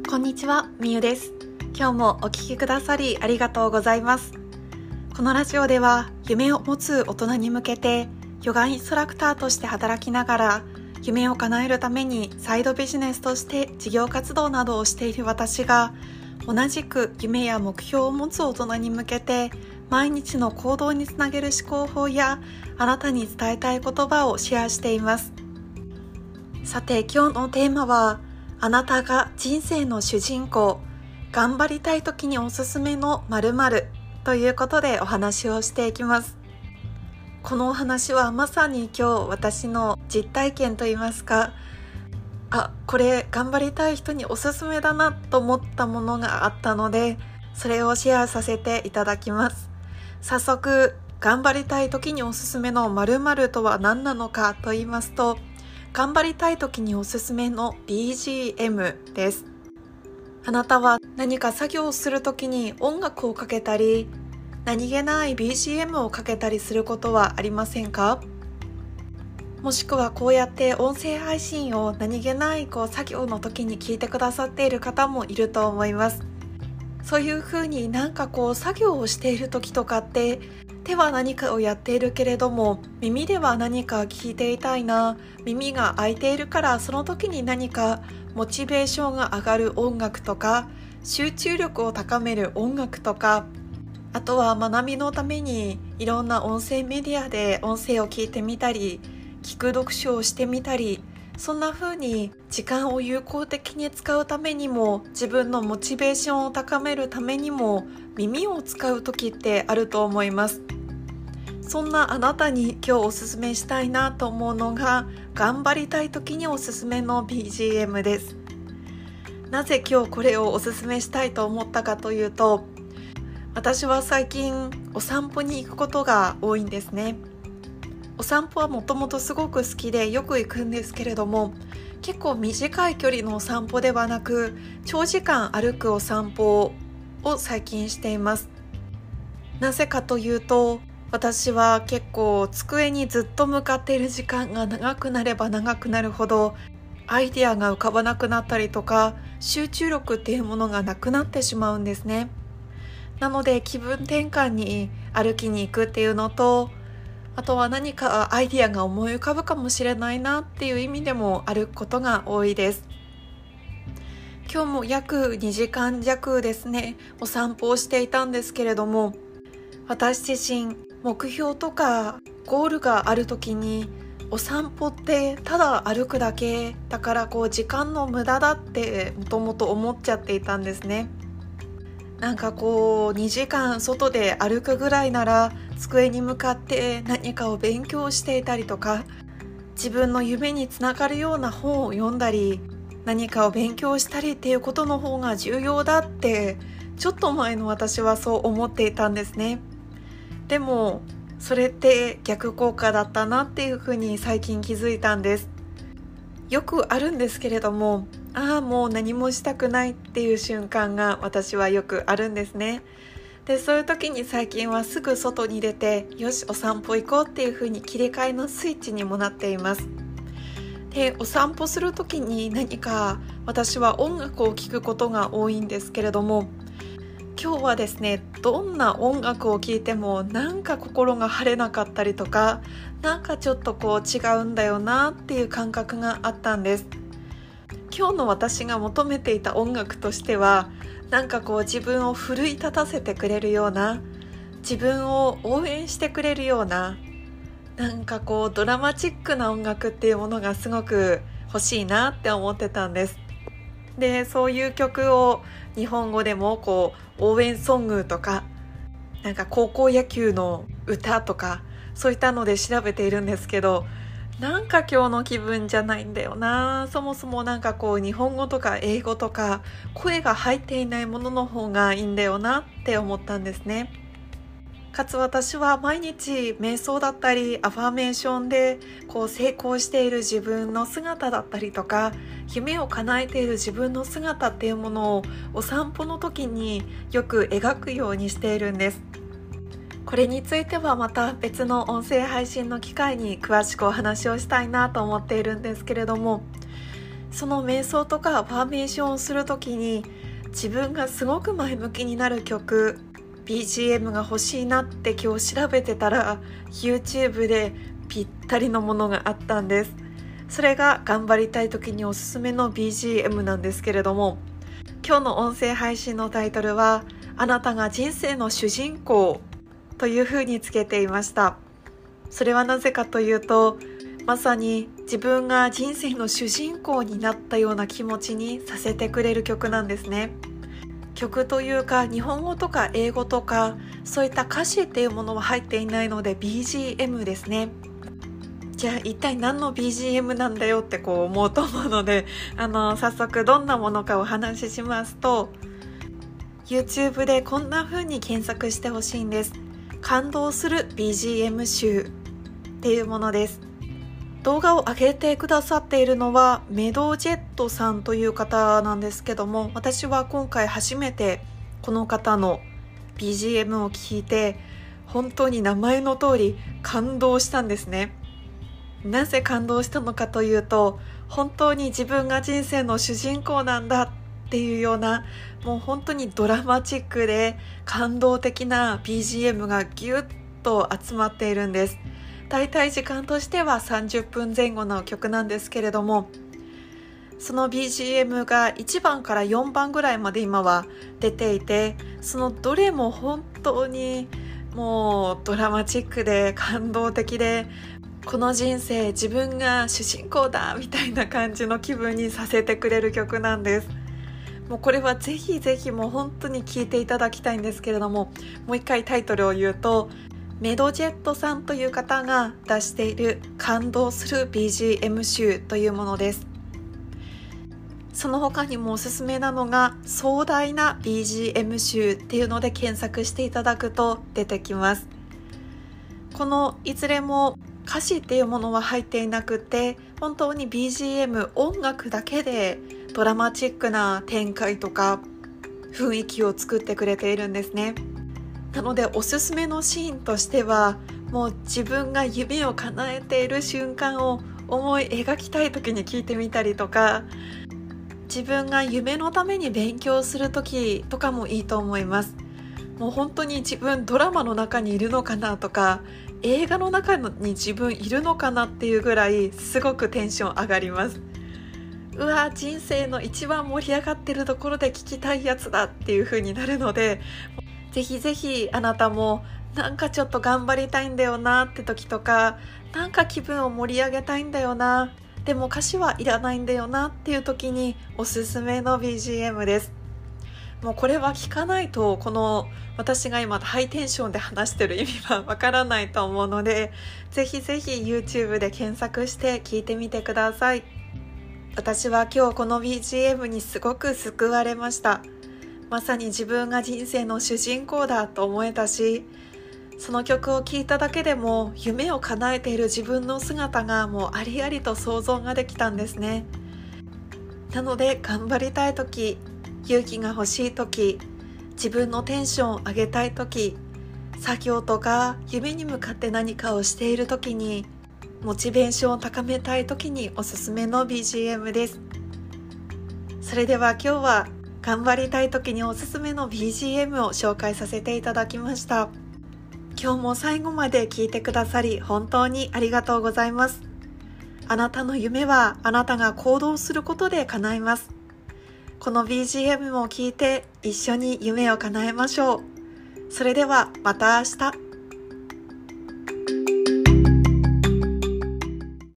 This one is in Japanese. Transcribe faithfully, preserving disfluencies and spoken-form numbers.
こんにちは、みゆです。今日もお聞きくださりありがとうございます。このラジオでは夢を持つ大人に向けてヨガインストラクターとして働きながら夢を叶えるためにサイドビジネスとして事業活動などをしている私が同じく夢や目標を持つ大人に向けて毎日の行動につなげる思考法やあなたに伝えたい言葉をシェアしています。さて今日のテーマはあなたが人生の主人公、頑張りたい時におすすめの〇〇ということでお話をしていきます。このお話はまさに今日私の実体験といいますか、あ、これ頑張りたい人におすすめだなと思ったものがあったので、それをシェアさせていただきます。早速、頑張りたい時におすすめの〇〇とは何なのかと言いますと、頑張りたい時におすすめの ビージーエム です。あなたは何か作業をする時に音楽をかけたり、何気ない ビージーエム をかけたりすることはありませんか？もしくはこうやって音声配信を何気ないこう作業の時に聞いてくださっている方もいると思います。そういうふうになんかこう作業をしている時とかって手は何かをやっているけれども耳では何か聞いていたいな、耳が開いているからその時に何かモチベーションが上がる音楽とか集中力を高める音楽とか、あとは学びのためにいろんな音声メディアで音声を聞いてみたり聞く読書をしてみたり、そんな風に時間を有効的に使うためにも自分のモチベーションを高めるためにも耳を使う時ってあると思います。そんなあなたに今日おすすめしたいなと思うのが頑張りたい時におすすめの ビージーエム です。なぜ今日これをおすすめしたいと思ったかというと、私は最近お散歩に行くことが多いんですね。お散歩はもともとすごく好きでよく行くんですけれども、結構短い距離のお散歩ではなく長時間歩くお散歩を最近しています。なぜかというと、私は結構机にずっと向かっている時間が長くなれば長くなるほどアイデアが浮かばなくなったりとか集中力っていうものがなくなってしまうんですね。なので気分転換に歩きに行くっていうのと、あとは何かアイデアが思い浮かぶかもしれないなっていう意味でも歩くことが多いです。今日も約にじかん弱ですね、お散歩をしていたんですけれども、私自身目標とかゴールがある時にお散歩ってただ歩くだけだからこう時間の無駄だってもともと思っちゃっていたんですね。なんかこうにじかん外で歩くぐらいなら机に向かって何かを勉強していたりとか、自分の夢につながるような本を読んだり何かを勉強したりっていうことの方が重要だってちょっと前の私はそう思っていたんですね。でもそれって逆効果だったなっていうふうに最近気づいたんです。よくあるんですけれども、ああもう何もしたくないっていう瞬間が私はよくあるんですね。でそういう時に最近はすぐ外に出てよしお散歩行こうっていうふうに切り替えのスイッチにもなっています。でお散歩する時に何か私は音楽を聴くことが多いんですけれども、今日はですね、どんな音楽を聴いてもなんか心が晴れなかったりとか、なんかちょっとこう違うんだよなっていう感覚があったんです。今日の私が求めていた音楽としては、なんかこう自分を奮い立たせてくれるような、自分を応援してくれるような、なんかこうドラマチックな音楽っていうものがすごく欲しいなって思ってたんです。でそういう曲を日本語でもこう応援ソングとかなんか高校野球の歌とかそういったので調べているんですけど、なんか今日の気分じゃないんだよな。そもそもなんかこう日本語とか英語とか声が入っていないものの方がいいんだよなって思ったんですね。かつ私は毎日瞑想だったりアファーメーションでこう成功している自分の姿だったりとか夢を叶えている自分の姿っていうものをお散歩の時によく描くようにしているんです。これについてはまた別の音声配信の機会に詳しくお話をしたいなと思っているんですけれども、 その瞑想とかファーメーションをするときに自分がすごく前向きになる曲 ビージーエム が欲しいなって今日調べてたら YouTube でぴったりのものがあったんです。それが頑張りたい時におすすめの ビージーエム なんですけれども、今日の音声配信のタイトルはあなたが人生の主人公というふうにつけていました。それはなぜかというと、まさに自分が人生の主人公になったような気持ちにさせてくれる曲なんですね。曲というか日本語とか英語とかそういった歌詞っていうものは入っていないので ビージーエム ですね。じゃあ一体何の ビージーエム なんだよってこう思うと思うので、あの早速どんなものかお話ししますと、 YouTube でこんな風に検索してほしいんです。感動する ビージーエム 集っていうものです。動画を上げてくださっているのはメドジェットさんという方なんですけども、私は今回初めてこの方の ビージーエム を聞いて本当に名前の通り感動したんですね。なぜ感動したのかというと、本当に自分が人生の主人公なんだっていうような、もう本当にドラマチックで感動的な ビージーエム がギュッと集まっているんです。だいたい時間としてはさんじゅっぷんぜん後の曲なんですけれども、その ビージーエム がいちばんからよんばんぐらいまで今は出ていて、そのどれも本当にもうドラマチックで感動的で、この人生自分が主人公だみたいな感じの気分にさせてくれる曲なんです。もうこれはぜひぜひもう本当に聴いていただきたいんですけれども、もう一回タイトルを言うと、メドジェットさんという方が出している感動する ビージーエム 集というものです。その他にもおすすめなのが壮大な ビージーエム 集っていうので検索していただくと出てきます。このいずれも歌詞っていうものは入っていなくて、本当に ビージーエム 音楽だけでドラマチックな展開とか雰囲気を作ってくれているんですね。なのでおすすめのシーンとしては、もう自分が夢を叶えている瞬間を思い描きたい時に聞いてみたりとか、自分が夢のために勉強する時とかもいいと思います。もう本当に自分ドラマの中にいるのかなとか、映画の中に自分いるのかなっていうぐらいすごくテンション上がります。うわ、人生の一番盛り上がってるところで聞きたいやつだっていう風になるので、ぜひぜひあなたもなんかちょっと頑張りたいんだよなって時とか、なんか気分を盛り上げたいんだよな、でも歌詞はいらないんだよなっていう時におすすめの ビージーエム です。もうこれは聞かないと、この私が今ハイテンションで話してる意味はわからないと思うので、ぜひぜひ YouTube で検索して聞いてみてください。私は今日この ビージーエム にすごく救われました。まさに自分が人生の主人公だと思えたし、その曲を聴いただけでも夢を叶えている自分の姿がもうありありと想像ができたんですね。なので頑張りたい時、勇気が欲しい時、自分のテンションを上げたい時、作業とか夢に向かって何かをしている時に、モチベーションを高めたい時におすすめの ビージーエム です。それでは今日は頑張りたい時におすすめの ビージーエム を紹介させていただきました。今日も最後まで聞いてくださり本当にありがとうございます。あなたの夢はあなたが行動することで叶います。この ビージーエム を聞いて一緒に夢を叶えましょう。それではまた明日。